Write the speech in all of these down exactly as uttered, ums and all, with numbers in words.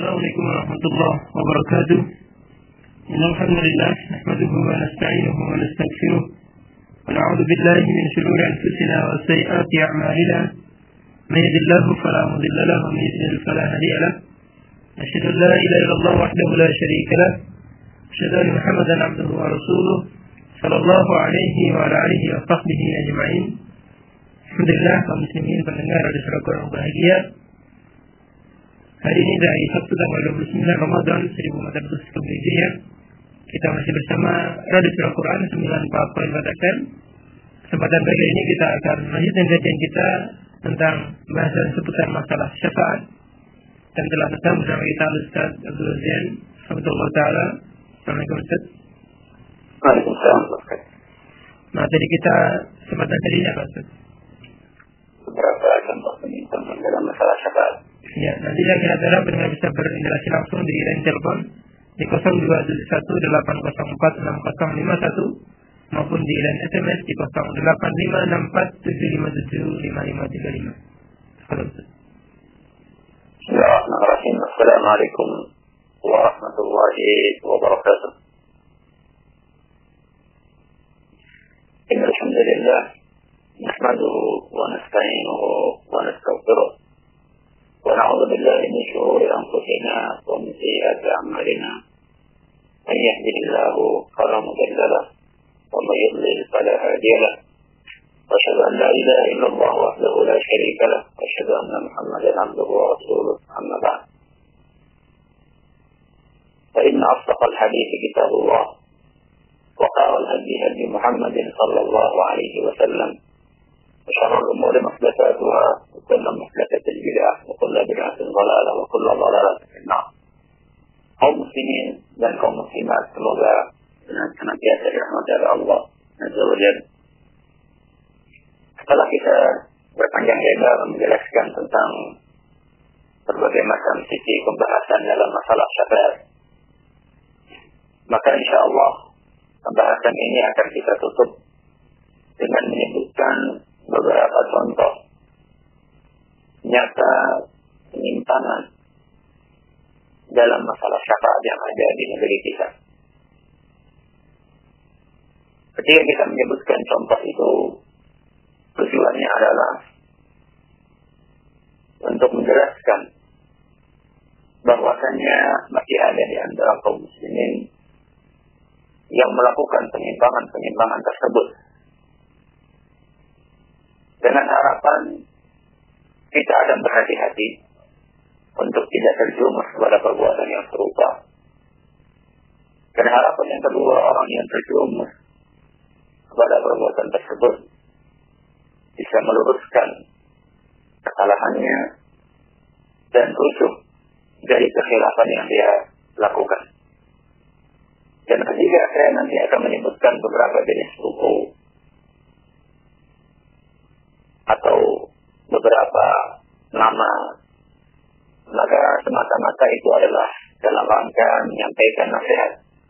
السلام عليكم ورحمة الله وبركاته. إن الحمد لله نحمده ونستعينه ونستغفره ونعوذ بالله من شرور أنفسنا وسيئات أعمالنا. من يهد الله فلا مضل له ومن يضلل فلا هادي له. أشهد أن لا إله إلا الله وحده لا شريك له. أشهد أن محمدا عبده ورسوله صلى الله عليه وعلى آله وصحبه أجمعين. Alhamdulillah kaum muslimin pendengar radio Suara Quran bahagia. Hari ini dari Sabtu tanggal dua puluh sembilan Ramadan seribu empat ratus empat puluh Hijriah. Kita masih bersama Radio Suara Quran sembilan puluh empat koma empat F M. Kesempatan kali ini kita akan melanjutkan kajian kita tentang bahasan seputar masalah syafaat. Dan telah datang bersama kita Ustaz Abdul Zain Alhamdulillah Ta'ala. Assalamualaikum Ustaz. Waalaikumsalam. Materi kita kesempatan kali ini apa Ustaz? Beberapa contoh penyimpangan dalam masalah syafaat. Ya, nanti saya kira-kira pendengar bisa berinteraksi langsung di line telepon di nol dua tujuh satu delapan nol empat enam nol lima satu maupun di line S M S di nol delapan lima enam empat tujuh lima tujuh lima lima tiga lima. Bismillahirrahmanirrahim. Assalamualaikum warahmatullahi wabarakatuh. Innal hamdalillah nahmaduhu wa nasta'inuhu wa nastaghfiruh wa na'udzu billahi min shururi anfusina wa min sayyiati a'malina. Man yahdihillahu fala mudilla lahu wa man yudlil fala hadiya lahu. Wa asyhadu an la ilaha illallah wahdahu la syarika lahu wa asyhadu anna Muhammadan 'abduhu wa rasuluh. Amma ba'd. Fa inna asdaqal hadithi kitabullah wa khairal hadi hadi Muhammadin sallallahu alaihi wasallam. وشر الأمور محدثاتها وكل محدثة بدعة وكل بدعة ضلالة وكل ضلالة في النار. Kaum muslimin dan kaum muslimat, semoga dengan senantiasa dirahmati oleh Allah Azza wa Jalla. Setelah kita berpanjang lebar menjelaskan tentang berbagai macam sisi pembahasan dalam masalah syafaat, maka insya Allah pembahasan ini akan kita tutup dengan menyebutkan beberapa contoh nyata penyimpangan dalam masalah syafaat yang ada di negeri kita. Ketika kita menyebutkan contoh itu, tujuannya adalah untuk menjelaskan bahwasannya masih ada di antara kaum muslimin yang melakukan penyimpangan-penyimpangan tersebut. Dengan harapan kita akan berhati-hati untuk tidak terjerumus pada perbuatan yang serupa. Dan harapan yang kedua, orang yang terjerumus kepada perbuatan tersebut bisa meluruskan kesalahannya dan rujuk dari kekhilafan yang dia lakukan. Dan ketiga, saya nanti akan menyebutkan beberapa jenis buku atau beberapa nama, maka semata-mata itu adalah dalam rangka menyampaikan nasihat.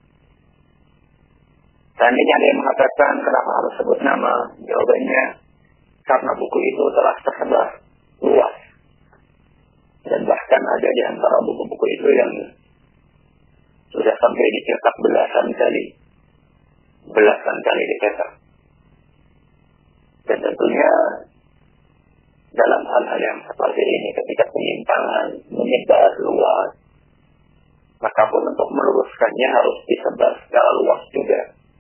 Seandainya ada yang mengatakan kenapa harus sebut nama, jawabannya karena buku itu telah tersebar luas dan bahkan ada di antara buku-buku itu yang sudah sampai dicetak belasan kali, belasan kali dicetak. Dan tentunya dalam hal-hal yang seperti ini, ketika penyimpangan menyebar luas, maka pun untuk meluruskannya harus disebar secara luas juga,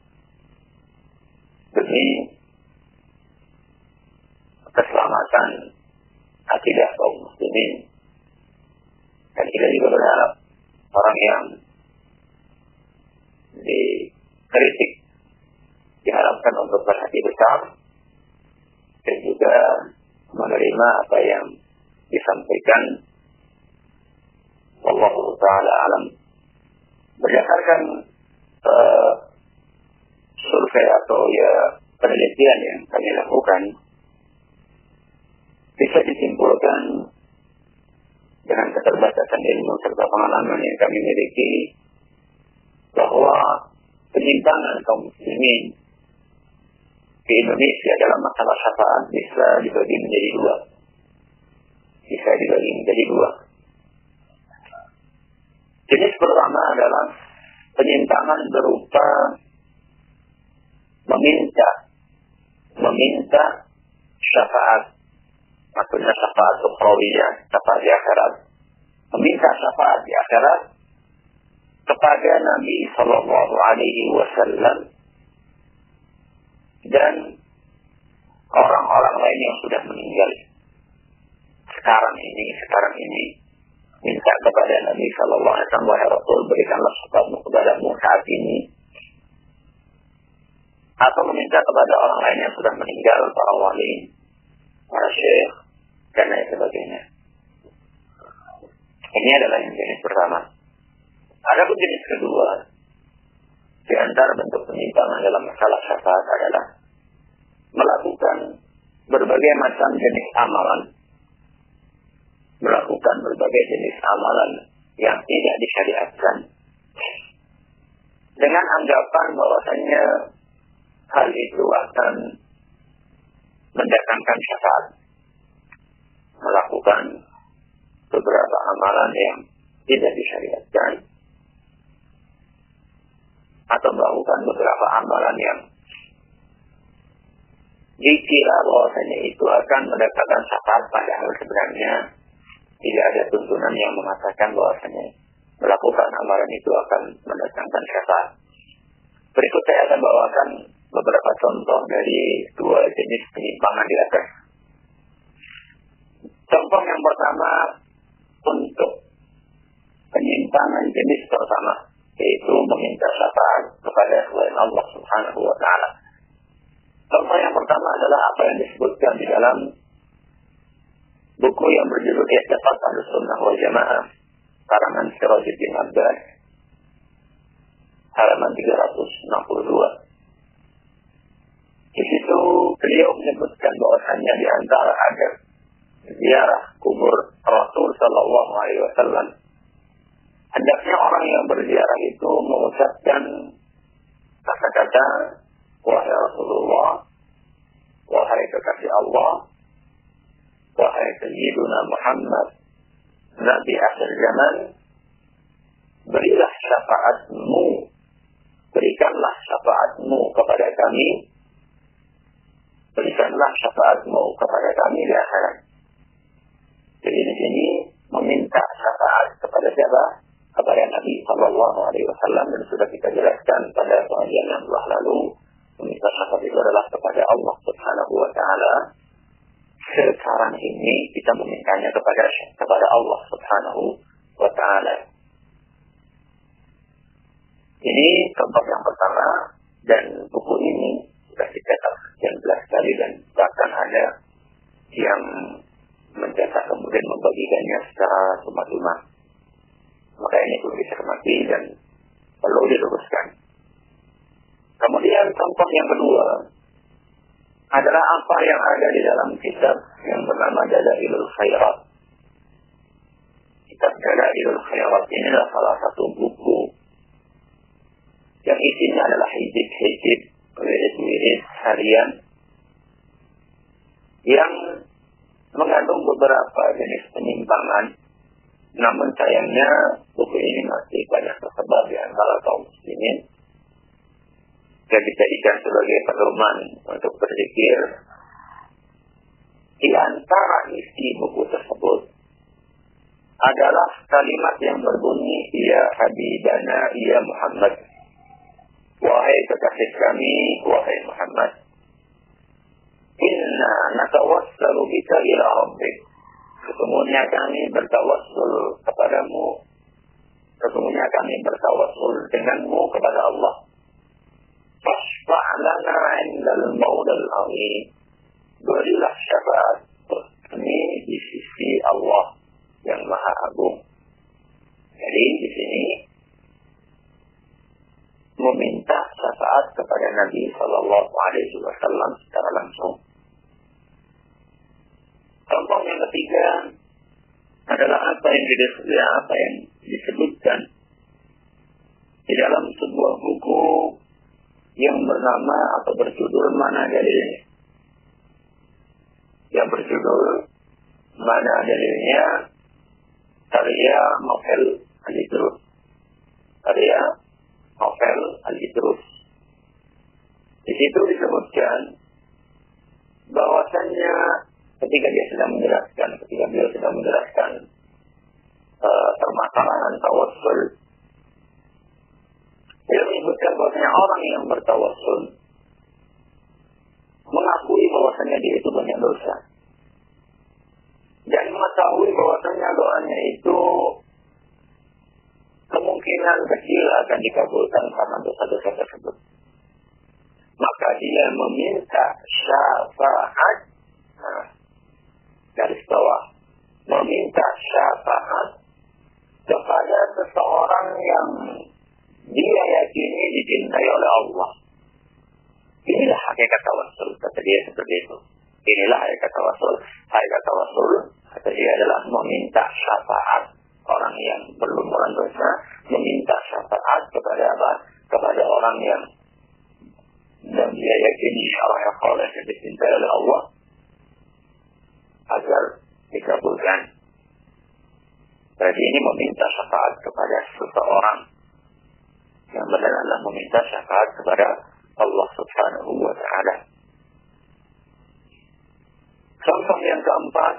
demi keselamatan akidah kaum muslimin. Dan kita juga berharap orang yang dikritik diharapkan untuk berhati besar dan juga menerima apa yang disampaikan. Wallahu ta'ala alam. Berdasarkan uh, survei atau ya penelitian yang kami lakukan, bisa disimpulkan dengan keterbatasan ilmu serta pengalaman yang kami miliki bahwa penyimpangan kaum muslimin di Indonesia dalam masalah syafaat bisa dibagi menjadi dua. Bisa dibagi menjadi dua. Jenis pertama adalah penyimpangan berupa meminta meminta syafaat, maksudnya syafaat ukhrawiyah, syafaat di akhirat, meminta syafaat di akhirat kepada Nabi Sallallahu Alaihi Wasallam dan orang-orang lain yang sudah meninggal. Sekarang ini, sekarang ini minta kepada Nabi Sallallahu Alaihi Wasallam, wahai Rasul, berikanlah syafaatmu kepadamu saat ini. Atau meminta kepada orang lain yang sudah meninggal, para wali, para syekh, dan lain sebagainya. Ini adalah yang jenis pertama. Ada pun jenis kedua, di antara bentuk penyimpangan dalam masalah syafaat adalah melakukan berbagai macam jenis amalan, melakukan berbagai jenis amalan yang tidak disyariatkan, dengan anggapan bahwasanya hal itu akan mendatangkan syafaat, melakukan beberapa amalan yang tidak disyariatkan, atau melakukan beberapa amalan yang dikira bahwasanya itu akan mendatangkan syafaat, padahal sebenarnya tidak ada tuntunan yang mengatakan bahwasanya melakukan amalan itu akan mendatangkan syafaat. Berikut saya akan bawakan beberapa contoh dari dua jenis penyimpangan di atas. Contoh yang pertama untuk penyimpangan jenis pertama, yaitu meminta syafaat kepada selain Allah Subhanahu wa Ta'ala. Contoh yang pertama adalah apa yang disebutkan di dalam buku yang berjudul I'tiqad Ahlussunnah wal Jamaah karangan Sirajuddin Abbas, halaman tiga ratus enam puluh dua. Di situ beliau menyebutkan bahwasannya di antara ada ziarah kubur Rasul Sallallahu Alaihi Wasallam, hendaknya orang yang berziarah itu mengucapkan kata-kata, wahai Rasulullah, wahai kekasih Allah, wahai Sayyiduna Muhammad, Nabi akhir zaman, berilah syafaatmu, berikanlah syafaatmu kepada kami, berikanlah syafaatmu kepada kami di akhirat. Jadi di sini meminta syafaat kepada siapa? Kepada Nabi Sallallahu Alaihi Wasallam, dan sudah kita jelaskan pada pengajian yang telah lalu, meminta syafaat itu adalah kepada Allah Subhanahu Wa Taala. Sekarang ini kita memintanya kepada kepada Allah Subhanahu Wa Taala. Ini contoh yang pertama, dan buku ini sudah dicetak sekian belas kali dan bahkan ada yang mencetak kemudian membagikannya secara cuma-cuma. Maka ini perlu dicermati dan perlu diluruskan. Kemudian contoh yang kedua adalah apa yang ada di dalam kitab yang bernama Dalailul Khairat. Kitab Dalailul Khairat ini adalah salah satu buku yang isinya adalah hijib-hijib, wirid-wirid harian yang mengandung beberapa jenis penyimpangan. Namun sayangnya buku ini masih banyak tersebar di antara kaum muslimin dan dijadikan sebagai pedoman untuk berzikir. Di antara isi buku tersebut adalah kalimat yang berbunyi, ya Habibana, ya Muhammad, wahai kekasih kami, wahai Muhammad, inna natawassalu bika ila rabbik, sesungguhnya kami bertawassul kepadamu, sesungguhnya kami bertawassul denganmu kepada Allah. Fashfa' lana 'indal maulal 'azim, berilah syafaat kami di sisi Allah yang Maha Agung. Jadi di sini meminta syafaat kepada Nabi Sallallahu Alaihi Wasallam secara langsung. Contoh yang ketiga adalah apa yang disebutkan, apa yang disebutkan di dalam sebuah buku yang bernama atau berjudul Mana Dalilnya. Yang berjudul Mana Dalilnya, karya novel Al-Idrus karya novel Al-Idrus. Di situ disebutkan bahwasannya ketika dia sedang menjelaskan, ketika beliau sedang menjelaskan uh, permasalahan tawassul, dia menyebutkan bahwasanya orang yang bertawassul mengakui bahwasanya dia itu banyak dosa dan mengetahui bahwasanya doanya itu kemungkinan kecil akan dikabulkan karena dosa-dosa tersebut. Maka dia meminta syafaat, nah, garis bawah, meminta syafaat kepada seseorang yang dia yakini dicintai oleh Allah. Inilah hakikat tawassul, kata dia seperti itu. Inilah hakikat tawassul. Hakikat tawassul, kata dia adalah meminta syafaat orang yang berlumuran dosa, meminta syafaat kepada apa? Kepada orang yang dan dia yakini orang yang soleh yang dicintai oleh Allah agar dikabulkan. Jadi ini meminta syafaat kepada seseorang yang benar adalah meminta syafaat kepada Allah Subhanahu wa Ta'ala. Contoh yang keempat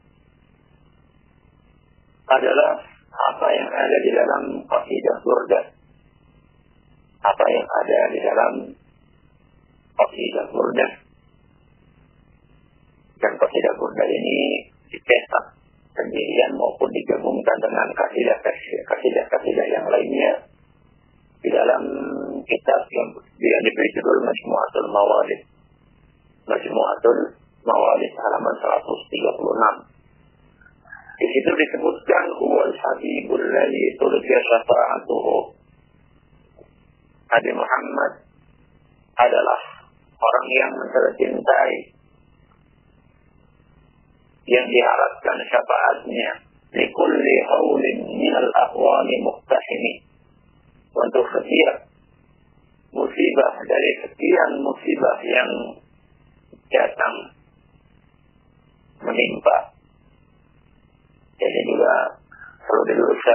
adalah apa yang ada di dalam qasidah burda. Apa yang ada di dalam qasidah burda. Dan qasidah burda ini dicetak sendirian maupun digabungkan dengan kasidah-kasidah yang lainnya di dalam kitab yang yang diberi judul Majmu'atul Mawalid. Majmu'atul Mawalid halaman seratus tiga puluh enam. Di situ disebutkan huwal habibul ladzi turja syafa'atuhu. Nabi Muhammad adalah orang yang tercintai yang diharapkan syafaatnya likulli haulin minal aqwami muqtahimi, untuk setiap musibah dari sekian musibah yang datang menimpa. Jadi juga perlu diluruskan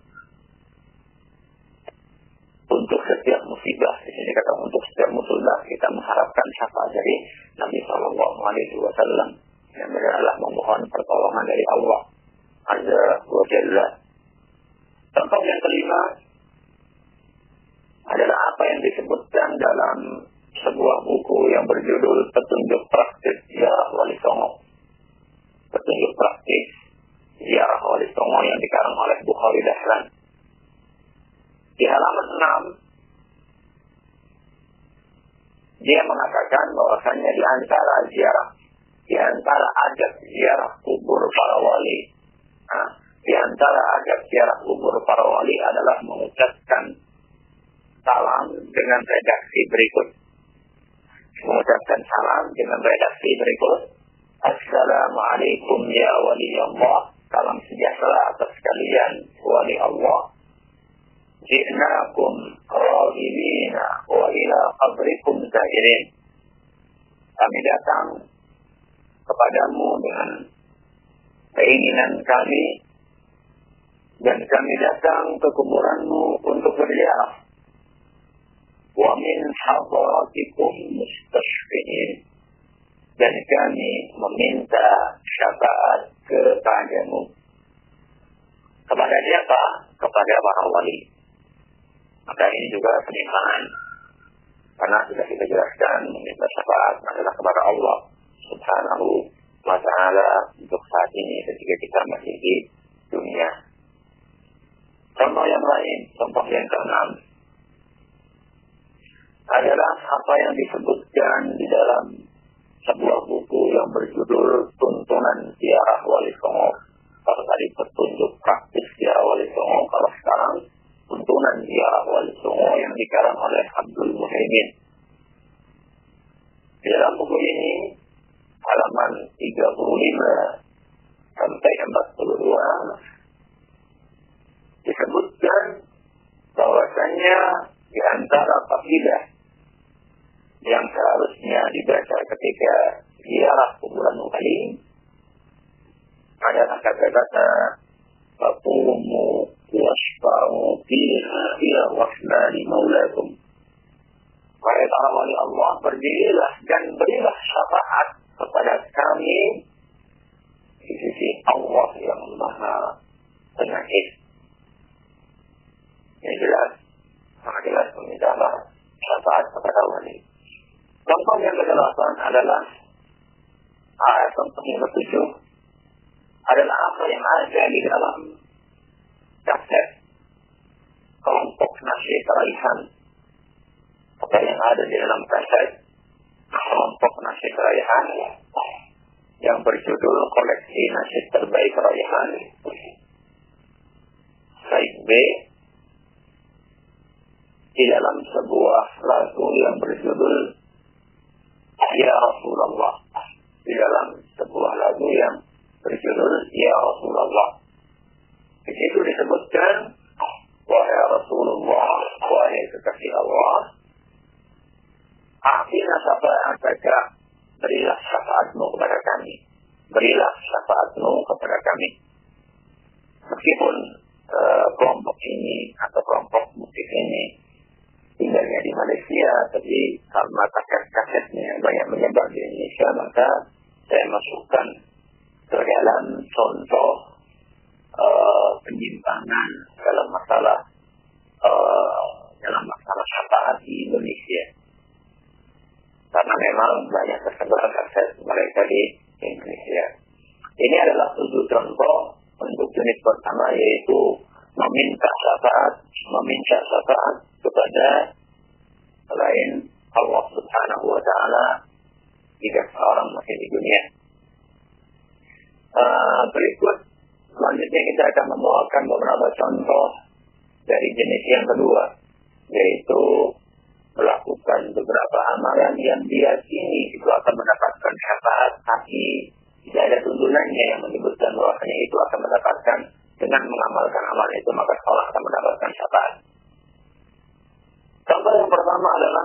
untuk setiap musibah. Di sini kata untuk setiap musibah kita mengharapkan syafaat dari Nabi Shallallahu Alaihi Wasallam yang adalah memohon pertolongan dari Allah Azza wa Jalla. Contoh yang kelima adalah apa yang disebutkan dalam sebuah buku yang berjudul Petunjuk Praktis Ziarah Wali Songo. Petunjuk Praktis Ziarah Wali Songo yang dikarang oleh Bukhari Dahlan. Di halaman enam dia mengatakan bahwasanya di antara ziarah, di antara adab ziarah kubur para wali, nah, di antara adab ziarah kubur para wali adalah mengucapkan salam dengan redaksi berikut. Mengucapkan salam dengan redaksi berikut. Assalamualaikum ya wali Allah. Salam sejahtera atas kalian wali Allah. Ji'nakum raghibina wa ila qabrikum zairin. Kami datang kepadamu dengan keinginan kami dan kami datang ke kuburanmu untuk berziarah. Wa min hadratikum mustashfi'in, dan kami meminta syafaat kepadamu. Kepada siapa? Kepada para wali. Maka ini juga penyimpanan, karena sudah kita jelaskan meminta syafaat adalah kepada Allah Subhanahu wa Ta'ala untuk saat ini ketika kita masih di dunia. Contoh yang lain, contoh yang keenam adalah apa yang disebutkan di dalam sebuah buku yang berjudul Tuntunan Ziarah Wali Songo. Kalau tadi petunjuk praktis ziarah Wali Songo, kalau sekarang tuntunan ziarah Wali Songo yang dikarang oleh Abdul Muhaimin. Di dalam buku ini halaman tiga puluh lima sampai empat puluh dua disebutkan bahwasanya di antara qasidah yang seharusnya dibaca ketika ziarah kuburan wali adalah kata-kata Faqumu wasfa'u fiha ila wa fulani maulakum. Wahai para wali Allah, berdirilah dan berilah syafaat kepada kami di sisi Allah yang Maha Pengasih. Yang jelas, sangat jelas memintalah syafaat kepada wali. Contoh yang kejelasan adalah ayat contoh yang ketujuh adalah apa yang ada di dalam kaset kelompok nasyid raihan. Apa yang ada di dalam kaset kelompok nasyid raihan yang berjudul Koleksi Nasyid Terbaik Raihan. Side B, di dalam sebuah lagu yang berjudul Ya Rasulullah. Di dalam sebuah lagu yang berjudul Ya Rasulullah. Di situ disebutkan, wahai Rasulullah, wahai kekasih Allah, akhirnya syafa'ataka, berilah syafaatmu kepada kami. Berilah syafaatmu kepada kami. Meskipun uh, kelompok ini atau kelompok musik ini tinggalnya di Malaysia, tapi karena kaset-kasetnya banyak menyebar di Indonesia, maka saya masukkan ke dalam contoh uh, penyimpangan dalam masalah uh, dalam masalah syafaat di Indonesia. Karena memang banyak tersebar kaset mereka di Indonesia. Ini adalah tujuh contoh untuk jenis pertama, yaitu meminta syafaat, meminta syafaat kepada selain Allah Subhanahu wa Ta'ala jika seorang masih di dunia. Uh, berikut selanjutnya kita akan membawakan beberapa contoh dari jenis yang kedua, yaitu melakukan beberapa amalan yang diyakini itu akan mendapatkan syafaat, tapi tidak ada tuntunannya yang menyebutkan bahwasanya itu akan mendapatkan. Dengan mengamalkan amalan itu maka seorang akan mendapatkan syafaat. Contoh yang pertama adalah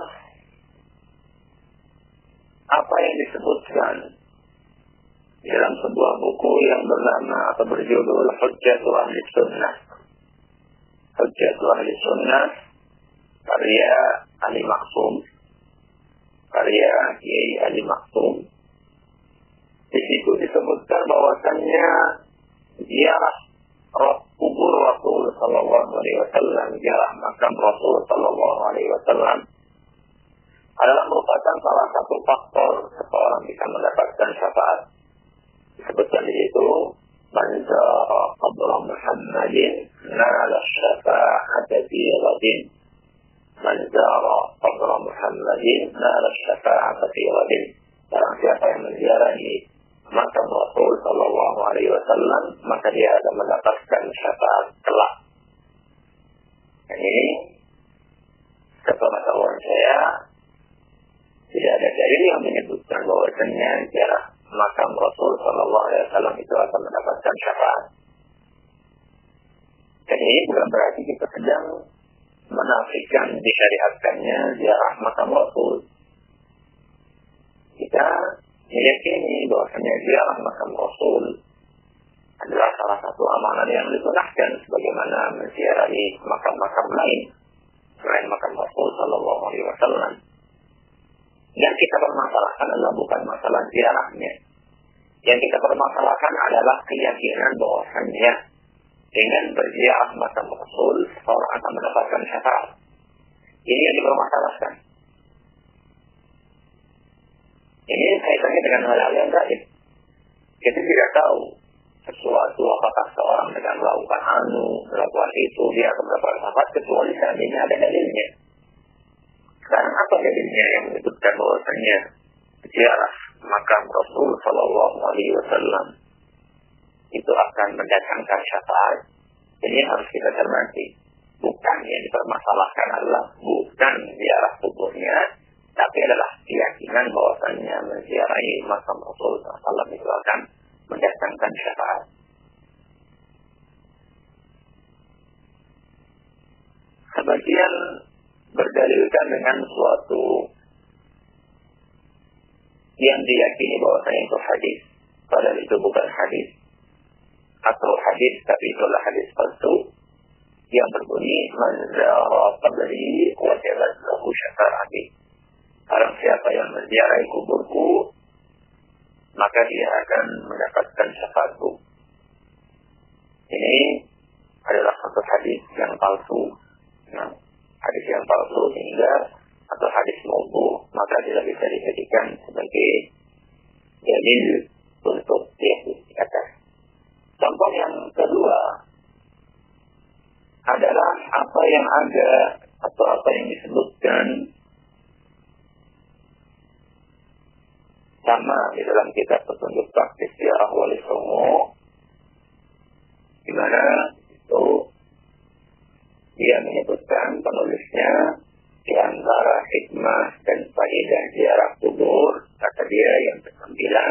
apa yang disebutkan di dalam sebuah buku yang bernama atau berjudul Hujjatul Ahli Sunnah. Hujjatul Ahli Sunnah karya Ali Maksum, karya Kiai Ali Maksum. Di situ disebutkan bahwasannya ziarah kubur Rasul Sallallahu Alaihi Wasallam, ziarah makam Rasul Sallallahu Alaihi Wasallam adalah merupakan salah satu faktor seseorang bisa mendapatkan syafaat. Disebutkan di situ, man zara qabra Muhammadin nala syafa'ata fi ghadin. Man zara qabra Muhammadin nala syafa'ata fi ghadin. Barang siapa yang menziarahi makam Rasul Sallallahu Alaihi Wasallam, maka dia akan mendapatkan syafaat kelak. Dan ini sepengetahuan saya tidak ada dalil yang menyebutkan bahwasanya ziarah makam Rasul Sallallahu Alaihi Wasallam itu akan mendapatkan syafaat. Dan ini bukan berarti kita sedang menafikan disyariatkannya ziarah makam Rasul. Kita meyakini bahwasanya ziarah makam Rasul adalah salah satu amalan yang disunahkan sebagaimana menziarahi makam-makam lain selain makam Rasul Sallallahu Alaihi Wasallam. Yang kita permasalahkan adalah bukan masalah ziarahnya. Yang kita permasalahkan adalah keyakinan bahwasanya dengan berziarah makam Rasul seorang akan mendapatkan syafaat. Ini yang dipermasalahkan. Ini kaitannya dengan hal-hal yang gaib. Kita tidak tahu sesuatu apakah seorang dengan melakukan anu, melakukan itu, dia akan mendapatkan syafaat kecuali seandainya ada dalilnya. Sekarang apa dalilnya yang menyebutkan bahwasanya ziarah makam Rasul Sallallahu Alaihi Wasallam itu akan mendatangkan syafaat? Ini harus kita cermati. Bukan yang dipermasalahkan adalah bukan ziarah kuburnya, tapi adalah keyakinan bahwasanya menziarahi makam Rasul Sallallahu Alaihi Wasallam itu akan mendatangkan syafaat. Sebagian berdalilkan dengan suatu yang diyakini bahwasanya itu hadis, padahal itu bukan hadis, atau hadis tapi itulah hadis palsu yang ber- bunyi man zara qabri wajabat lahu syafa'ati. Barang siapa yang menziarahi kuburku, maka dia akan mendapatkan syafaatku. Ini adalah satu hadis yang palsu, nah, hadis yang palsu sehingga atau hadis maudhu, maka tidak bisa dijadikan sebagai dalil untuk hadis di atas. Contoh yang kedua adalah apa yang ada atau apa yang disebutkan sama di dalam kitab petunjuk praktis ziarah wali songo, di mana itu dia menyebutkan penulisnya di antara hikmah dan faedah ziarah kubur, kata dia yang kesembilan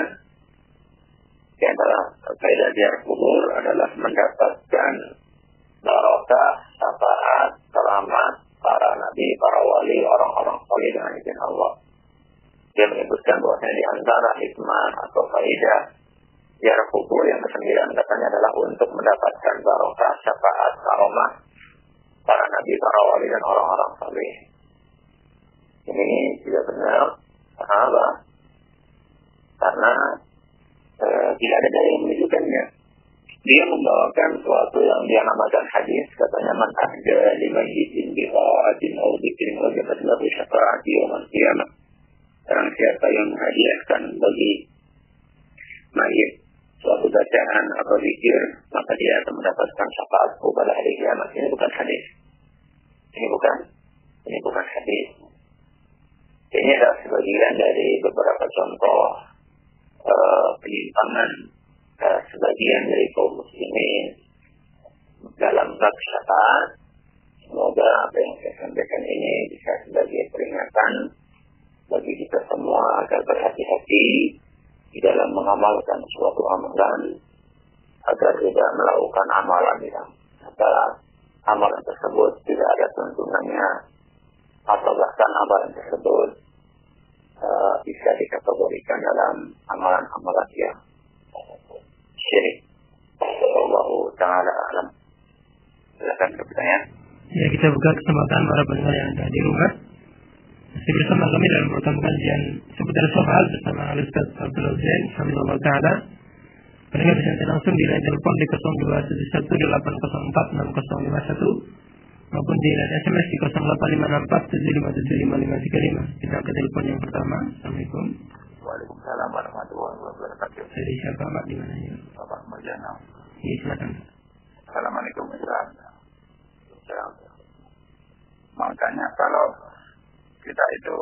di antara faedah ziarah kubur adalah mendapatkan barokah, syafaat, selamat para nabi, para wali, orang-orang saleh dengan izin Allah. Dia menyebutkan bahwasanya di antara hikmah atau faedah ziarah kubur yang kesembilan katanya adalah untuk mendapatkan barokah, syafaat, karomah para nabi, para wali dan orang-orang saleh. Ini tidak benar, kenapa? Karena e, tidak ada dalil yang menunjukkannya. Dia membawakan suatu yang dia namakan hadis, katanya man ahda limayyitin bi'a'atin aw dzikrin wajabat lahu syafa'ati yaumil qiyamah. Barang siapa yang menghadiahkan bagi mayit suatu bacaan atau zikir, maka dia akan mendapatkan syafaatku pada hari kiamat. Ini bukan hadis. Ini bukan, ini bukan hadis. Ini adalah sebagian dari beberapa contoh uh, penyimpangan uh, sebagian dari kaum muslimin dalam bab syafaat. Semoga apa yang saya sampaikan ini bisa sebagai peringatan bagi kita semua agar berhati-hati di dalam mengamalkan suatu amalan, agar tidak melakukan amalan yang setelah amalan tersebut tidak ada tuntunannya, atau bahkan amalan tersebut uh, bisa dikategorikan dalam amalan-amalan yang syirik. Allah Ta'ala alam. Silakan bertanya. Ya, kita buka kesempatan para pendengar yang ada di rumah. Masih bersama kami dalam program kajian seputar soal bersama Ustaz Abdul Zain, Alhamdulillah Ta'ala. Pendengar bisa langsung di line telepon di nol dua tujuh satu delapan nol empat enam nol lima satu maupun di line S M S di nol delapan lima enam empat tujuh lima tujuh lima lima tiga lima. Kita ke telepon yang pertama. Assalamualaikum. Waalaikumsalam warahmatullahi wabarakatuh. Jadi siapa Pak di mana ya? Bapak Marjana. Iya, silakan. Assalamualaikum warahmatullahi wabarakatuh. Mau tanya, kalau kita itu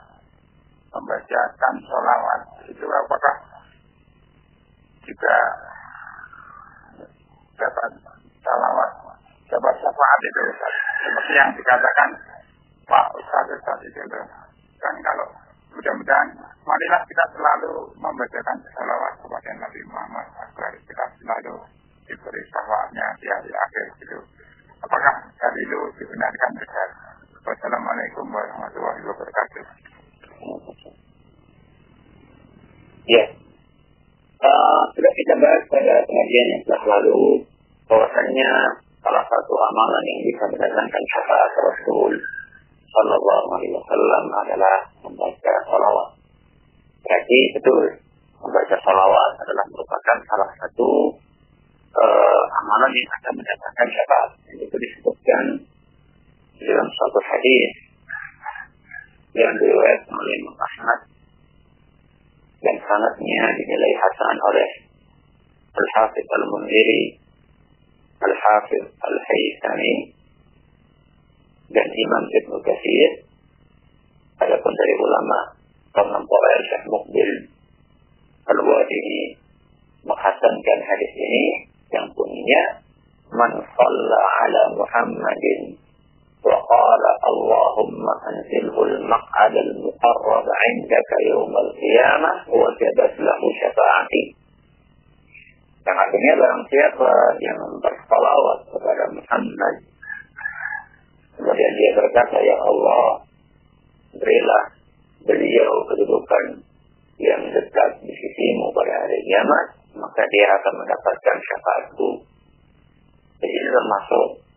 membacakan sholawat itu apakah juga dapat sholawat, dapat syafaat itu seperti yang dikatakan Pak Ustaz Ustaz itu kan? Kalau mudah-mudahan marilah kita selalu membacakan sholawat kepada Nabi Muhammad agar kita selalu diberi syafaatnya di hari akhir itu. Apakah hal itu dibenarkan? Wassalamualaikum warahmatullahi wabarakatuh. Ya, uh, sudah kita bahas pada pengajian yang telah lalu bahwasanya salah satu amalan yang bisa mendatangkan syafaat Rasul Sallallahu Alaihi Wasallam adalah membaca salawat. Berarti betul, membaca salawat adalah merupakan salah satu uh, amalan yang akan mendatangkan syafaat. Itu disebutkan dalam suatu hadis yang diriwayatkan oleh Imam Ahmad dan sanadnya dinilai hasan oleh Al-Hafidz Al-Munziri, Al-Hafidz Al-Haythami dan Imam Ibn Katsir. Adapun dari ulama kontemporer Syekh Muqbil Al-Wadi'i menghasankan hadis ini yang bunyinya man shalla ala Muhammadin وقال اللهم أنزله المقعد المقرب عندك يوم القيامة وجبت له شفاعتي. Yang artinya barang siapa yang bersalawat kepada Muhammad, kemudian dia berkata, ya Allah, berilah beliau kedudukan yang dekat di sisimu pada hari kiamat, maka dia akan mendapatkan syafaatku. Jadi ini termasuk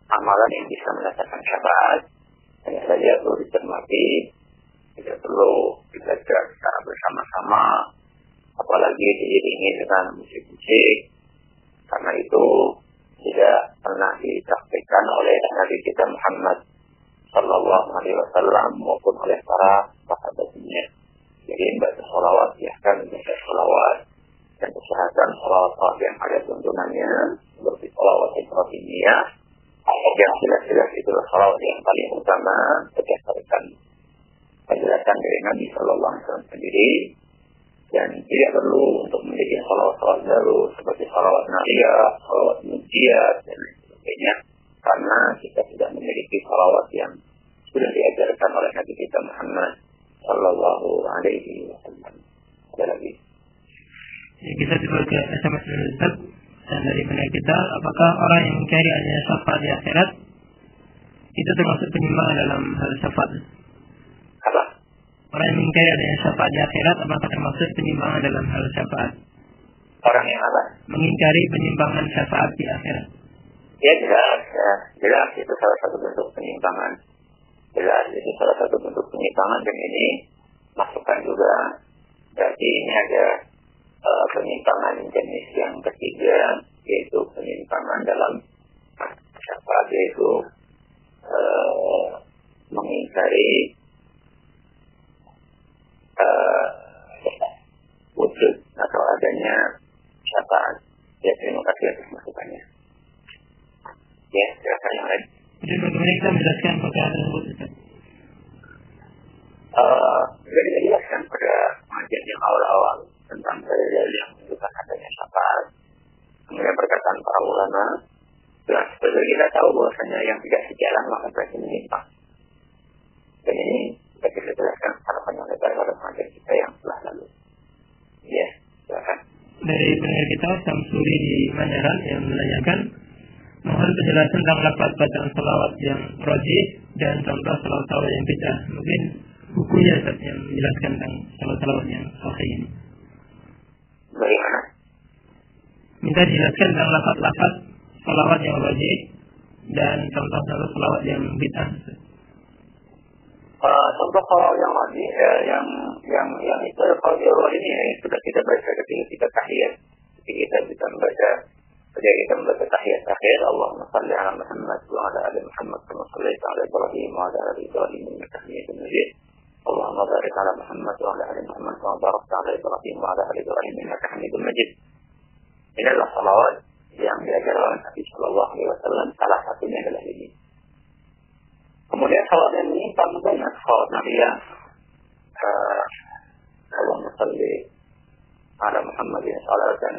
amalan yang bisa mendatangkan syafaat. Hanya saja perlu dicermati, tidak perlu kita gerak secara bersama-sama, apalagi diiringi dengan musik-musik, karena itu tidak pernah dipraktikkan oleh Nabi kita Muhammad Sallallahu Alaihi Wasallam maupun oleh para sahabatnya. Jadi membaca sholawat, ya kan membaca sholawat dan usahakan sholawat yang ada tuntunannya seperti sholawat Ibrahimiyah, yang jelas-jelas itulah sholawat yang paling utama berdasarkan penjelasan dari Nabi Sallallahu Alaihi Wasallam sendiri. Dan tidak perlu untuk memiliki salawat-salawat baru seperti salawat Naria, salawat Mujiyat, dan lain sebagainya. Karena kita sudah memiliki salawat yang sudah diajarkan oleh Nabi kita Muhammad Sallallahu Alaihi Wasallam. Ada lagi? Ya, kita coba ke S M S dulu, Ustaz. Dan dari mana kita, apakah orang yang mencari adanya syafaat di akhirat itu termasuk penyimpangan dalam hal syafaat? Apa? Orang yang mencari adanya syafaat di akhirat apakah termasuk penyimpangan dalam hal syafaat? Orang yang apa? Mengingkari penyimpangan syafaat di akhirat. Ya jelas, ya. Jelas itu salah satu bentuk penyimpangan. Jelas itu salah satu bentuk penyimpangan, dan ini masukkan juga. Berarti ini ada uh, penyimpangan jenis yang ketiga, yaitu penyimpangan dalam syafaat, yaitu uh, mengingkari Uh, wujud atau adanya syafaat. Ya, terima kasih atas masukannya. Ya, silakan yang lain. Jadi bagaimana kita menjelaskan perkara tersebut? Uh, Sudah dijelaskan pada pengajian yang awal-awal tentang dalil yang menunjukkan adanya syafaat. Kemudian perkataan para ulama, jelas seperti kita tahu bahwasanya yang tidak sejalan maka berarti menyimpang. Dan ini kita bisa jelaskan secara panjang lebar pada pengajian kita yang telah lalu. Ya, silakan. Dari pendengar kita Samsuri di Manyaran yang menanyakan, mohon penjelasan tentang lafaz bacaan salawat yang rajih dan contoh salawat yang bid'ah. Mungkin bukunya Ustaz yang menjelaskan tentang salawat yang sahih ini. Bagaimana? Minta dijelaskan tentang lafaz-lafaz salawat yang rajih dan contoh-contoh salawat yang bid'ah. Uh, contoh kalau yang wajib ya, yang yang yang itu kalau di awal ini ya, sudah kita baca ketika kita tahiyat, ketika kita bisa membaca, ketika kita membaca tahiyat akhir, Allahumma salli ala Muhammad wa ala ali Muhammad kama shallaita ala Ibrahim wa ala ali Ibrahim innaka Hamidum Majid. Allahumma barik ala Muhammad wa ala ali Muhammad kama barakta ala Ibrahim wa ala ali Ibrahim innaka Hamidum Majid. Ini adalah salawat yang diajarkan oleh Nabi Sallallahu Alaihi Wasallam. Salah satunya adalah ini. Kemudian salawat yang menyimpang banyak salawat Nabi ya. Uh, Allahumma salli ala Muhammad ya salat dan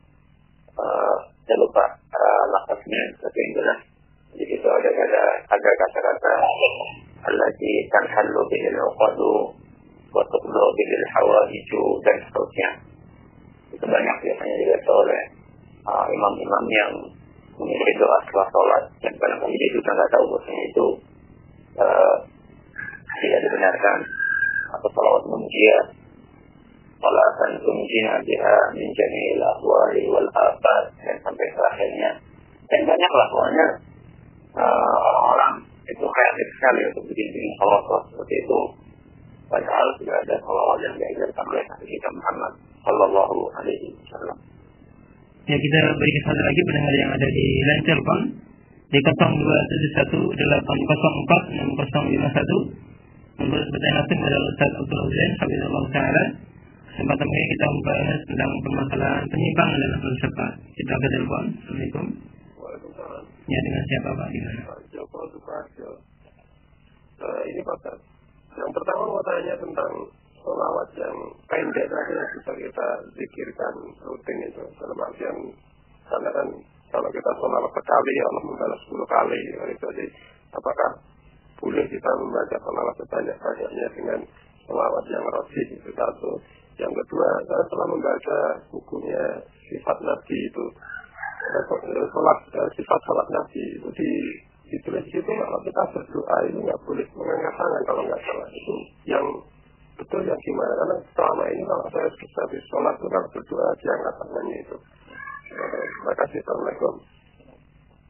uh, saya lupa uh, lafaznya tapi yang jelas di situ ada ada ada kata-kata allati tanhallu bihil uqadu wa tuqdu bihil hawaiju dan seterusnya. Itu banyak biasanya dibaca oleh uh, imam-imam yang memiliki doa setelah sholat, dan kadang-kadang dia juga nggak tahu bahwasanya itu Uh, tidak dibenarkan, atau salawat mujiyat salatan tumjina biha min jami'il ahwali wal afat, dan sampai terakhirnya. Dan banyaklah pokoknya uh, orang-orang itu kreatif sekali untuk bikin-bikin salawat seperti itu, padahal sudah ada salawat yang diajarkan oleh Nabi kita Muhammad Sallallahu Alaihi Wasallam. Ya, kita beri kesempatan lagi pendengar yang ada di line telepon di nol dua tujuh satu delapan nol empat enam nol lima satu untuk bertanya langsung pada Ustaz Abdul Husain Habibullah Ta'ala. Kesempatan ini kita membahas tentang permasalahan penyimpangan dalam filsafat. Kita ke telepon. Assalamualaikum. Waalaikumsalam. Ya, dengan siapa Pak? Di mana? Pak Joko Suparjo. Uh, ini Pak Ustaz. Yang pertama mau tanya tentang sholawat yang pendek tadi yang bisa kita zikirkan rutin itu. Dalam artian karena kan kalau kita sholat sekali Allah membalas sepuluh kali gitu. Jadi apakah boleh kita membaca sholawat sebanyak-banyaknya dengan sholawat yang rajih itu satu. Yang kedua, saya telah membaca bukunya Sifat Nabi itu, sholat, sifat sholat Nabi itu di ditulis di situ. Kalau kita berdoa ini nggak boleh mengangkat tangan kalau nggak salah. Itu yang betul yang gimana? Karena selama ini kalau saya bisa di sholat itu kalau berdoa diangkat tangannya itu. Terima kasih. Assalamualaikum.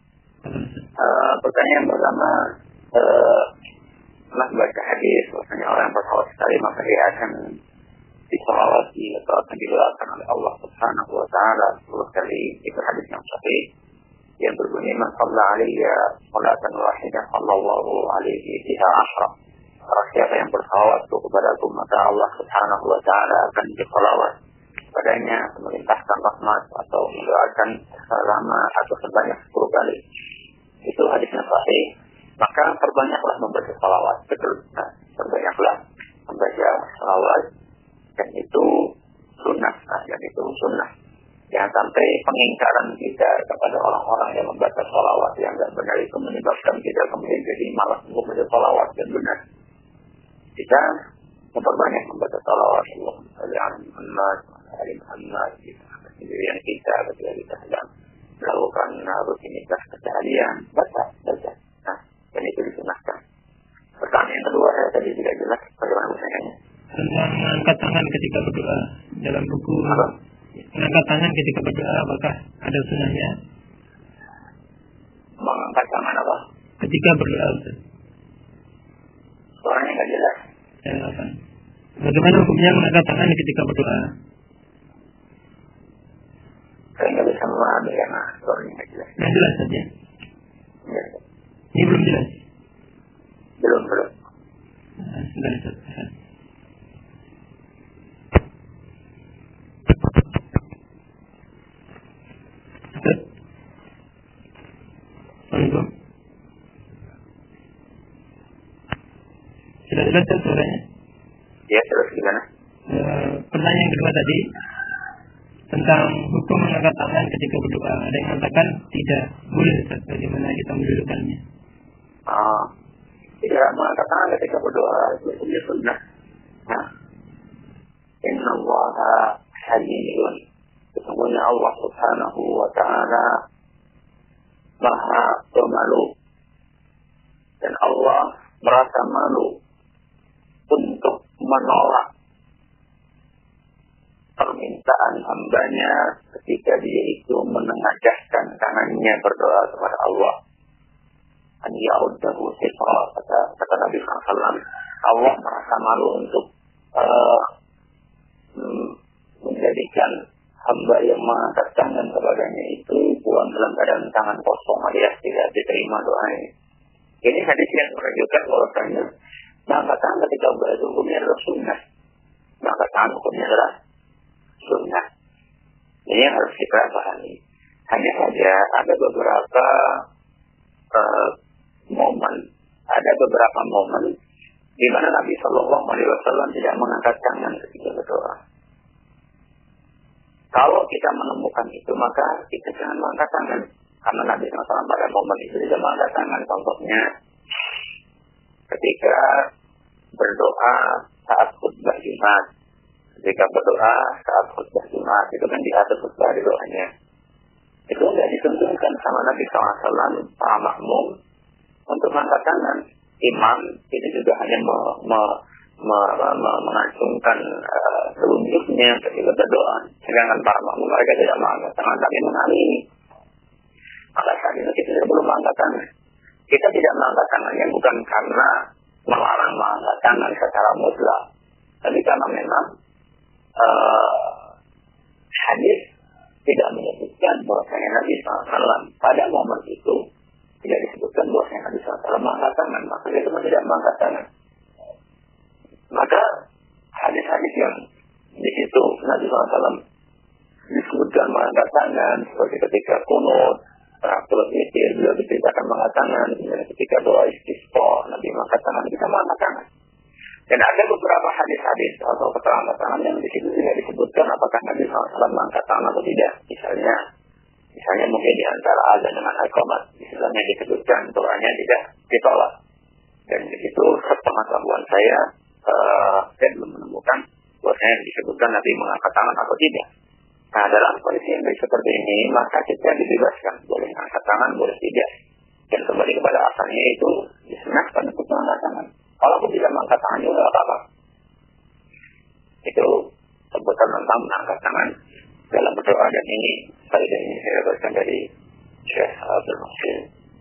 Uh, pertanyaan pertama, uh, Mas baca hadis, bahwasanya orang yang bersalawat sekali maka dia akan disalawati atau akan didoakan oleh Allah Subhanahu Wa Taala sepuluh kali. Itu hadis yang sahih yang berbunyi man shalla alayya salatan wahidah sallallahu alaihi biha ashra. Barang siapa yang bersalawat kepada aku maka Allah Subhanahu Wa Taala akan bersalawat padanya, memerintahkan rahmat atau mendoakan selama atau sebanyak sepuluh kali. Itu hadisnya sahih. Maka perbanyaklah membaca salawat. Betul. Nah, perbanyaklah membaca salawat. Dan itu sunnah. Nah, dan itu sunnah. Jangan sampai pengingkaran kita kepada orang-orang yang membaca salawat yang tidak benar itu menyebabkan kita kemudian jadi malas untuk membaca salawat yang benar. Kita memperbanyak membaca salawat. Allahumma shalli ala Muhammad wa ala Muhammad. Sendirian kita ketika kita sedang melakukan rutinitas keseharian, baca, baca. Nah, dan itu disunahkan. Pertanyaan kedua saya tadi tidak jelas bagaimana misalnya. Tentang mengangkat tangan ketika berdoa dalam buku. Apa? Mengangkat tangan ketika berdoa apakah ada sunahnya? Mengangkat tangan apa? Ketika berdoa. Suaranya nggak jelas. Ya, apa? Bagaimana hukumnya mengangkat tangan ketika berdoa? Saya nggak bisa memahami karena suaranya nggak jelas. Yang jelas saja. Ya. Ini belum jelas. Belum belum. Nah, sudah jelas. Assalamualaikum. Sudah jelas kan suaranya? Ya, terus gimana? E, pertanyaan kedua tadi tentang hukum mengangkat tangan ketika berdoa. Ada yang mengatakan tidak boleh, Ustaz. Bagaimana kita mendudukannya? Ah, tidak mengangkat tangan ketika berdoa itu sudah sunnah. Nah, Inna Allaha hayyun. Sesungguhnya Allah Subhanahu Wa Taala Maha Pemalu, dan Allah merasa malu untuk menolak permintaan hambanya ketika dia itu menengadahkan tangannya berdoa kepada Allah. An ya'uddahu sifra, kata, kata Nabi shallallahu alaihi wasallam. Allah merasa malu untuk uh, menjadikan hamba yang mengangkat tangan kepadanya itu pulang dalam keadaan tangan kosong alias tidak diterima doanya. Ini hadis yang menunjukkan bahwasanya mengangkat tangan ketika berdoa itu hukumnya adalah sunnah. Mengangkat tangan hukumnya adalah sunnah. Ini yang harus kita pahami. Hanya saja ada beberapa uh, momen, ada beberapa momen di mana Nabi Shallallahu Alaihi Wasallam tidak mengangkat tangan ketika berdoa. Kalau kita menemukan itu, maka kita jangan mengangkat tangan. Karena Nabi shallallahu alaihi wasallam pada momen itu tidak mengangkat tangan. Contohnya, ketika berdoa saat khutbah Jumat. Ketika berdoa saat khutbah Jumat, itu kan di atas khutbah di doanya. Itu tidak dituntunkan sama Nabi shallallahu alaihi wasallam, para makmum, untuk mengangkat tangan. Imam itu juga hanya me, me, me, me, mengacungkan uh, telunjuknya ketika berdoa. Sedangkan para makmum mereka tidak mengangkat tangan, tapi mengamini. Maka saat itu kita tidak perlu mengangkat tangan. Kita tidak mengangkat tangannya bukan karena melarang mengangkat tangan secara mutlak, tapi karena memang uh, hadis tidak menyebutkan bahwasanya Nabi shallallahu alaihi wasallam pada momen itu tidak disebutkan bahwasanya Nabi shallallahu alaihi wasallam mengangkat tangan, maka dia tidak mengangkat tangan. Maka hadis-hadis yang di situ Nabi shallallahu alaihi wasallam disebutkan mengangkat tangan, seperti ketika kunut, terakhir witir, beliau diceritakan mengangkat tangan, dan ketika doa istisqa, Nabi mengangkat tangan, kita mengangkat tangan. Dan ada beberapa hadis-hadis atau keterangan tangan yang di situ tidak disebutkan apakah Nabi shallallahu alaihi wasallam mengangkat tangan atau tidak. Misalnya, misalnya mungkin di antara azan dengan iqamat, misalnya disebutkan doanya tidak ditolak. Dan di situ sepengetahuan saya, uh, saya belum menemukan bahwasanya disebutkan Nabi mengangkat tangan atau tidak. Nah, dalam kondisi yang seperti ini, maka kita dibebaskan, boleh mengangkat tangan, boleh tidak. Dan kembali kepada asalnya itu disunahkan untuk mengangkat tangan. Walaupun tidak mengangkat tangan juga tidak apa-apa. Itu sebutan tentang mengangkat tangan dalam berdoa, dan ini kali ini saya dapatkan dari Syekh Abdul Muhsin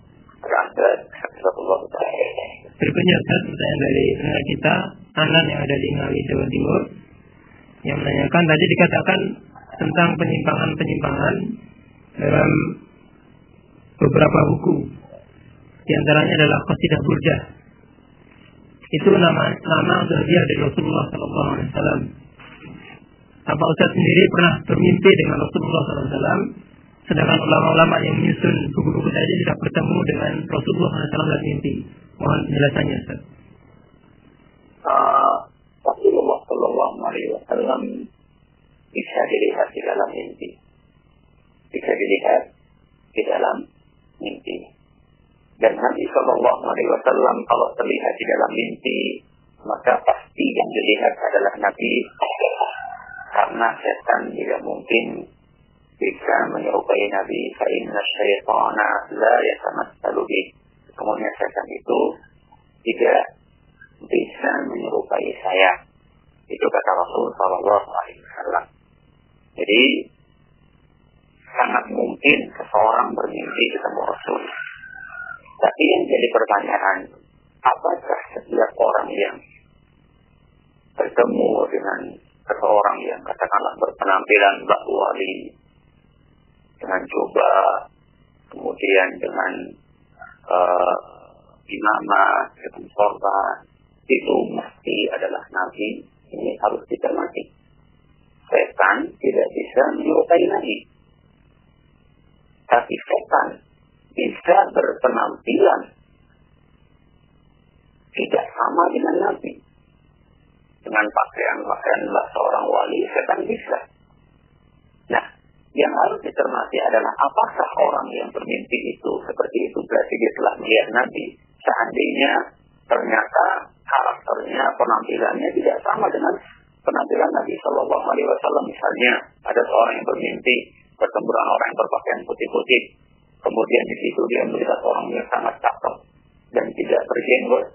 Terangkat Alhamdulillah. Berikutnya Ustaz, pertanyaan dari pendengar kita Anan yang ada di Ngawi, Jawa Timur, yang menanyakan tadi dikatakan tentang penyimpangan-penyimpangan dalam beberapa buku. Di antaranya adalah Qasidah Burdah. Itu nama nama hadiah dari Rasulullah sallallahu alaihi wasallam. Apa Ustaz sendiri pernah bermimpi dengan Rasulullah sallallahu alaihi wasallam, sedangkan ulama-ulama yang menyusun buku-buku tadi tidak bertemu dengan Rasulullah sallallahu alaihi wasallam dalam mimpi? Mohon penjelasannya Ustaz. Uh, Rasulullah sallallahu alaihi wasallam bisa dilihat di dalam mimpi. Bisa dilihat di dalam mimpi. Dan Nabi sallallahu alaihi wasallam kalau terlihat di dalam mimpi, maka pasti yang dilihat adalah Nabi. Karena setan tidak mungkin bisa menyerupai Nabi. Fa inna syaitana la yatamatsalu bih. Kemudian setan itu tidak bisa menyerupai saya. Itu kata Rasul sallallahu alaihi wasallam. Jadi sangat mungkin seseorang bermimpi ketemu Rasul. Tapi yang jadi pertanyaan, apakah setiap orang yang bertemu dengan seseorang yang katakanlah berpenampilan bak wali, dengan coba, kemudian dengan uh, imamah, dengan sorban, itu mesti adalah Nabi? Ini harus dicermati. Setan tidak bisa menyerupai Nabi, tapi setan bisa berpenampilan tidak sama dengan Nabi. Dengan pakaian-pakaian seorang wali, setan bisa. Nah, yang harus dicermati adalah apakah orang yang bermimpi itu seperti itu berarti dia telah melihat Nabi. Seandainya ternyata karakternya, penampilannya tidak sama dengan penampilan Nabi Shallallahu Alaihi Wasallam. Misalnya ada seorang yang bermimpi bertemu dengan orang yang berpakaian putih-putih, kemudian di situ dia melihat orang yang sangat cakep dan tidak berjenggot.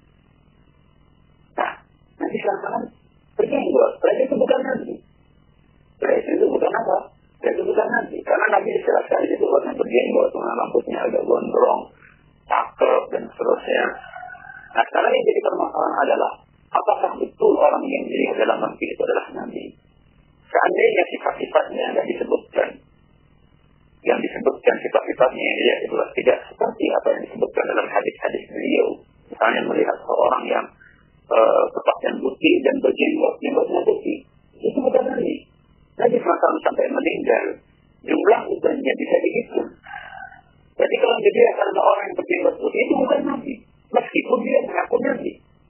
Nah, nanti silakan berjenggot. Berarti itu bukan Nabi. Berarti itu bukan apa? Berarti bukan Nabi. Karena Nabi silakan itu bukan berjenggot, rambutnya agak gondrong, cakep dan seterusnya. Nah, sekarang yang jadi permasalahan adalah apakah betul orang yang dilihat dalam mimpi itu adalah Nabi? Seandainya sifat-sifatnya tidak disebutkan, yang disebutkan sifat-sifatnya yang dilihat itu tidak seperti apa yang disebutkan dalam hadis-hadis beliau. Misalnya melihat seorang yang uh, berpakaian putih dan berjenggot, jenggotnya putih, itu bukan Nabi. Nabi semacam sampai meninggal, jumlah ubannya bisa dihitung. Jadi kalau dilihat ada orang yang berjenggot putih, itu bukan Nabi, meskipun dia mengaku Nabi.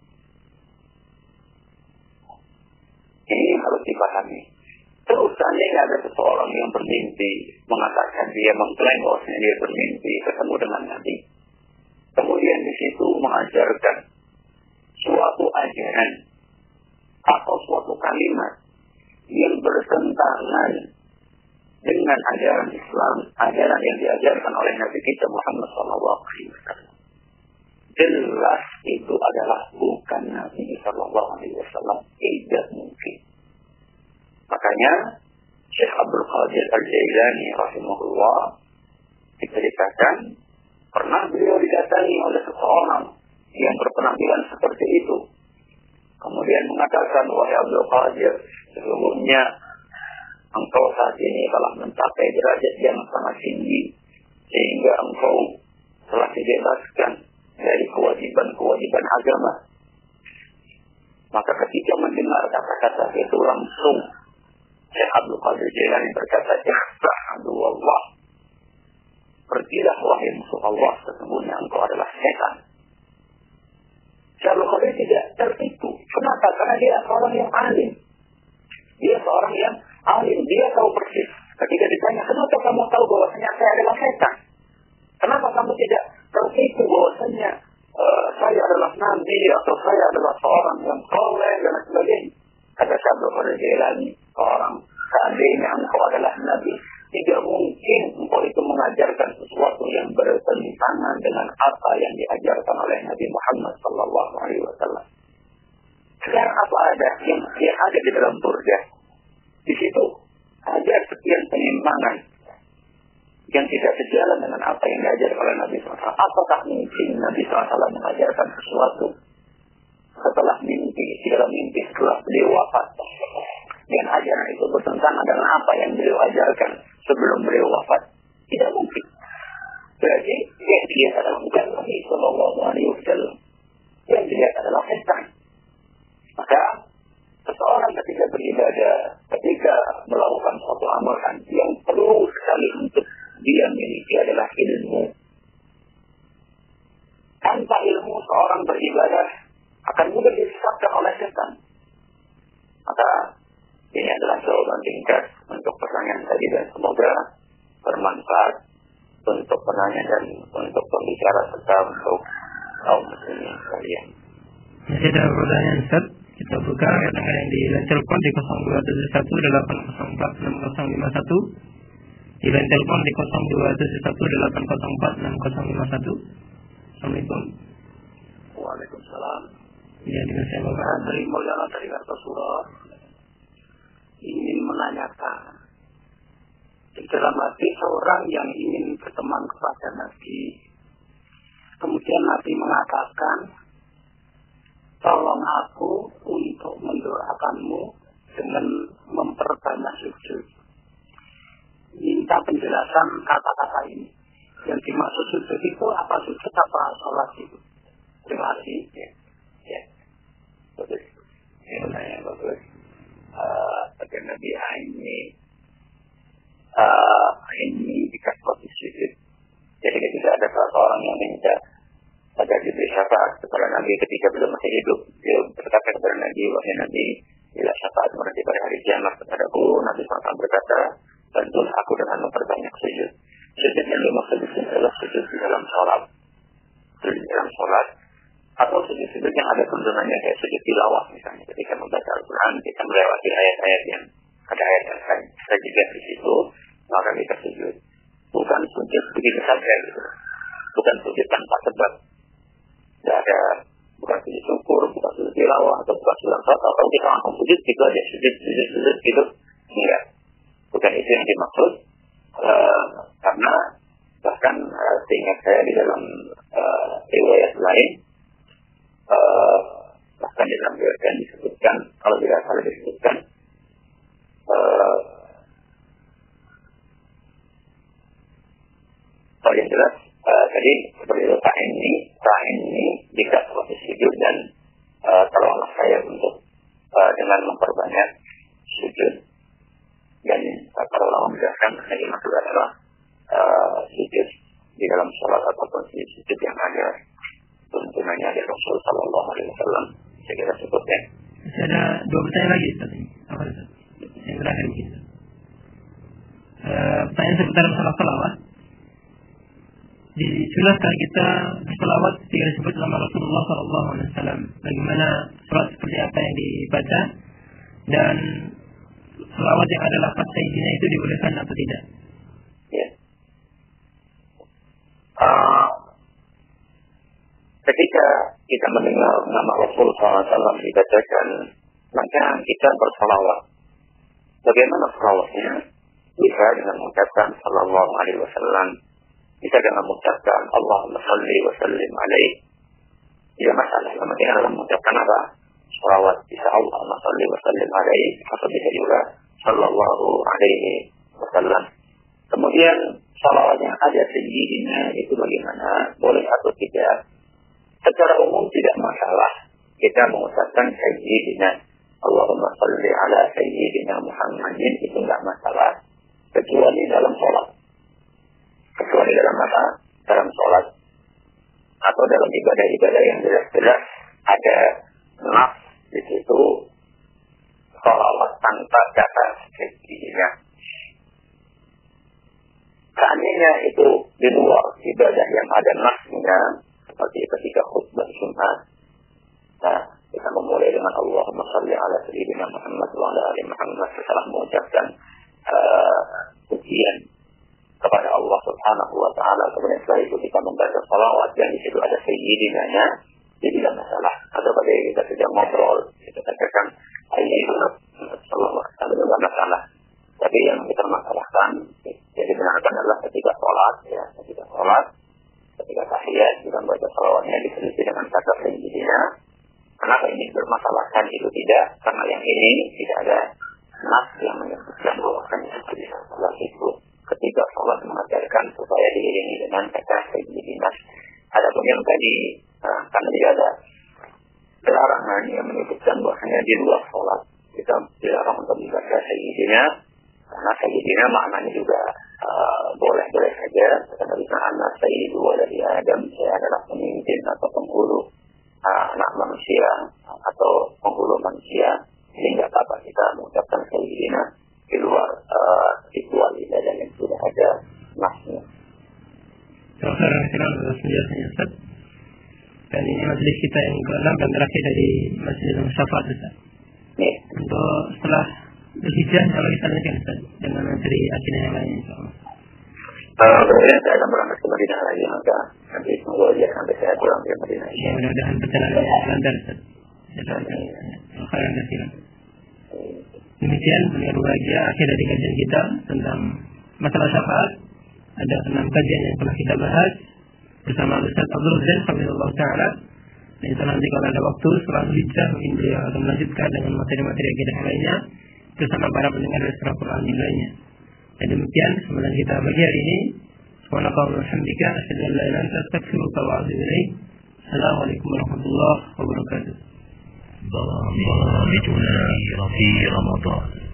Ini harus dipahami. Terus seandainya ada seseorang yang bermimpi mengatakan dia mengklaim bahwasanya dia bermimpi ketemu dengan Nabi, kemudian di situ mengajarkan suatu ajaran atau suatu kalimat yang bertentangan dengan ajaran Islam, ajaran yang diajarkan oleh Nabi kita Muhammad Sallallahu Alaihi Wasallam, jelas itu adalah bukan Nabi Sallallahu Alaihi Wasallam. Tidak mungkin. Makanya Syekh Abdul Qadir Al-Jailani rahimahullah diceritakan pernah beliau didatangi oleh seseorang yang berpenampilan seperti itu. Kemudian mengatakan, wahai Abdul Qadir, sesungguhnya engkau saat ini telah mencapai derajat yang sangat tinggi sehingga engkau telah dibebaskan dari kewajiban-kewajiban agama. Maka ketika mendengar kata-kata itu langsung Syekh Abdul Qadir Jailani berkata, "Ikhsah Allah, pergilah wahai musuh Allah, sesungguhnya engkau adalah setan." Syekh Abdul Qadir tidak tertipu. Kenapa? Karena dia seorang yang alim. Dia seorang yang alim. Dia tahu persis. Ketika ditanya, kenapa kamu tahu bahwasanya saya adalah setan? Kenapa kamu tidak tertipu bahwasanya uh, saya adalah nabi atau saya adalah seorang yang soleh dan sebagainya? Kata Syekh Abdul Qadir Jailani, orang seandainya engkau adalah nabi, tidak mungkin engkau itu mengajarkan sesuatu yang bertentangan dengan apa yang diajarkan oleh Nabi Muhammad Sallallahu Alaihi Wasallam. Sekarang apa ada yang, yang ada di dalam surga? Di situ ada sekian penyimpangan. yang tidak sejalan dengan apa yang diajarkan oleh Nabi shallallahu alaihi wasallam. Apakah mungkin Nabi shallallahu alaihi wasallam mengajarkan sesuatu setelah mimpi, setelah mimpi setelah beliau wafat, dan ajaran itu bertentangan dengan apa yang beliau ajarkan sebelum beliau wafat? Tidak mungkin. Berarti yang dia adalah bukan Nabi Sallallahu Alaihi Wasallam, yang dia adalah setan. Maka seseorang ketika beribadah, ketika melakukan suatu amalan yang perlu sekali untuk dia miliki adalah ilmu. Tanpa ilmu seorang beribadah akan mudah disesatkan oleh setan. Maka ini adalah jawaban ringkas untuk pertanyaan tadi, dan semoga bermanfaat untuk penanya dan untuk pembicara serta untuk kaum muslimin sekalian. Masih ada pertanyaan, Ustaz. Kita buka yang di line telepon di nol dua tujuh satu delapan nol empat enam nol lima satu, di line telepon di nol dua tujuh satu delapan nol empat enam nol lima satu. Assalamualaikum. Waalaikumsalam. Ya, dengan saya Bapak dari Mulyana dari Kartosuro ingin menanyakan, di dalam hati seorang yang ingin berteman kepada Nabi, kemudian Nabi mengatakan, tolong aku untuk mendoakanmu dengan memperbanyak sujud. Minta penjelasan kata-kata ini. Yang dimaksud sujud itu apa? Sujud apa sholat itu? Terima kasih. Ya, ya. Bagus. Ya, bagus. Pada Nabi ini, uh, ini dikasih posisi sujud. Jadi ketika ada salah orang yang minta agar diberi syafaat kepada Nabi ketika belum masih hidup, dia berkata kepada Nabi, wahai Nabi, bila syafaat nanti pada hari kiamat kepadaku, Nabi shallallahu alaihi wasallam berkata, bantulah aku dengan memperbanyak sujud. Sujud yang dimaksud adalah sujud di dalam sholat, sujud di dalam sholat, atau sujud-sujud yang ada tuntunannya kayak sujud tilawah misalnya, ketika membaca Al-Quran kita melewati ayat-ayat yang ada ayat yang sajidah di situ, maka kita sujud. Bukan sujud begitu saja gitu, bukan sujud tanpa sebab. Tidak ada, bukan sujud syukur, bukan sujud tilawah, atau bukan sujud sholat, atau kita langsung sujud gitu aja, sujud, sujud, sujud gitu. Enggak, bukan itu yang dimaksud. Uh, karena bahkan uh, seingat saya di dalam uh, riwayat lain, uh, bahkan di dalam riwayat yang disebutkan, kalau tidak salah disebutkan, uh, oh yang jelas, uh, tadi seperti itu, tak ini, tak ini, jika posisi sujud dan uh, tolonglah saya untuk uh, dengan memperbanyak sujud. Dan para ulama menjelaskan yang dimaksud adalah uh, sujud di dalam sholat ataupun sujud yang ada tuntunannya dari Rasul Sallallahu Alaihi Wasallam. Saya kira cukup ya. Masih ada dua pertanyaan lagi tadi. Apa itu? Yang terakhir begitu. Uh, pertanyaan seputar masalah salawat. Dijelaskan kita bersalawat ketika disebut nama Rasulullah Sallallahu Alaihi Wasallam. Bagaimana salat seperti apa yang dibaca dan salawat yang ada lafaz sayyidina itu dibolehkan atau tidak? Ya. Uh, ketika kita mendengar nama Rasul Sallallahu Alaihi Wasallam dibacakan, maka kita bersalawat. Bagaimana salawatnya? Bisa dengan mengucapkan Sallallahu Alaihi Wasallam, bisa dengan mengucapkan Allahumma salli wa sallim alaihi. Tidak masalah, yang penting adalah mengucapkan apa? Salawat. Bisa Allahumma salli wa sallim alaihi, atau bisa juga Sallallahu Alaihi Wasallam. Kemudian salawat yang ada sayyidina itu bagaimana? Boleh atau tidak? Secara umum tidak masalah kita mengucapkan sayyidina Allahumma salli ala sayyidina Muhammadin, itu tidak masalah, kecuali dalam sholat, kecuali dalam apa? Dalam sholat atau dalam ibadah-ibadah yang jelas-jelas ada naf di situ salawat tanpa kata sayyidina. Seandainya itu di luar ibadah yang ada nafnya, seperti ketika khutbah Jumat, nah kita memulai dengan Allahumma salli ala sayyidina Muhammad wa ala ali Muhammad setelah mengucapkan uh, pujian kepada Allah Subhanahu wa taala. Kemudian setelah itu kita membaca salawat yang di situ ada sayyidinanya, jadi tidak masalah. Atau pada kita sedang ngobrol, kita katakan sayyidina sallallahu alaihi wasallam, tidak masalah. Tapi yang kita masalahkan, jadi benarkan adalah ketika sholat, ya, ketika sholat, ketika tahiyat, kita baca salawatnya diselisih dengan kata sayyidina. Kenapa ini bermasalahkan itu tidak? Karena yang ini tidak ada nas yang menyebutkan bahwasanya ketika sholat itu, ketika sholat mengajarkan supaya diiringi dengan kata sayyidina. Adapun yang tadi, nah, karena tidak ada larangan yang menyebutkan bahwasanya di luar sholat kita dilarang untuk membaca sayyidina, karena sayyidina maknanya juga uh, boleh-boleh saja. Karena bisa anak sayyidu dari Adam, saya adalah pemimpin atau penghulu uh, anak manusia atau penghulu manusia, sehingga apa kita mengucapkan sayyidina di luar uh, ritual ibadah yang sudah ada nasnya. Sekarang sekarang penjelasannya Ustaz. Dan ini majelis kita yang keenam dan terakhir dari Majelis Syafaat Ustaz. Ya. Untuk setelah berhijrah kalau kita lanjutkan Ustaz dengan materi akidah yang lain insyaallah. Uh, kemudian saya akan berangkat ke Madinah lagi, maka nanti semoga aja sampai saya pulang ke Madinah. Ya, mudah-mudahan perjalanannya lancar Ustaz. Khairan katsiran. Demikian dengan bahagia akhir dari kajian kita tentang masalah syafaat. Ada enam kajian yang telah kita bahas bersama Ustaz Abdul Zain Hamidullah Ta'ala. Dan insya Allah nanti kalau ada waktu setelah hijrah mungkin beliau akan melanjutkan dengan materi-materi akidah yang lainnya bersama para pendengar dari surah Quran yang lainnya. Dan demikian kemudian kita bagi hari ini. Subhanallah walhamdulillah asyhadu an la ilaha illa anta astaghfiruka wa atubu ilaik. Assalamualaikum warahmatullahi wabarakatuh. برامجنا في رمضان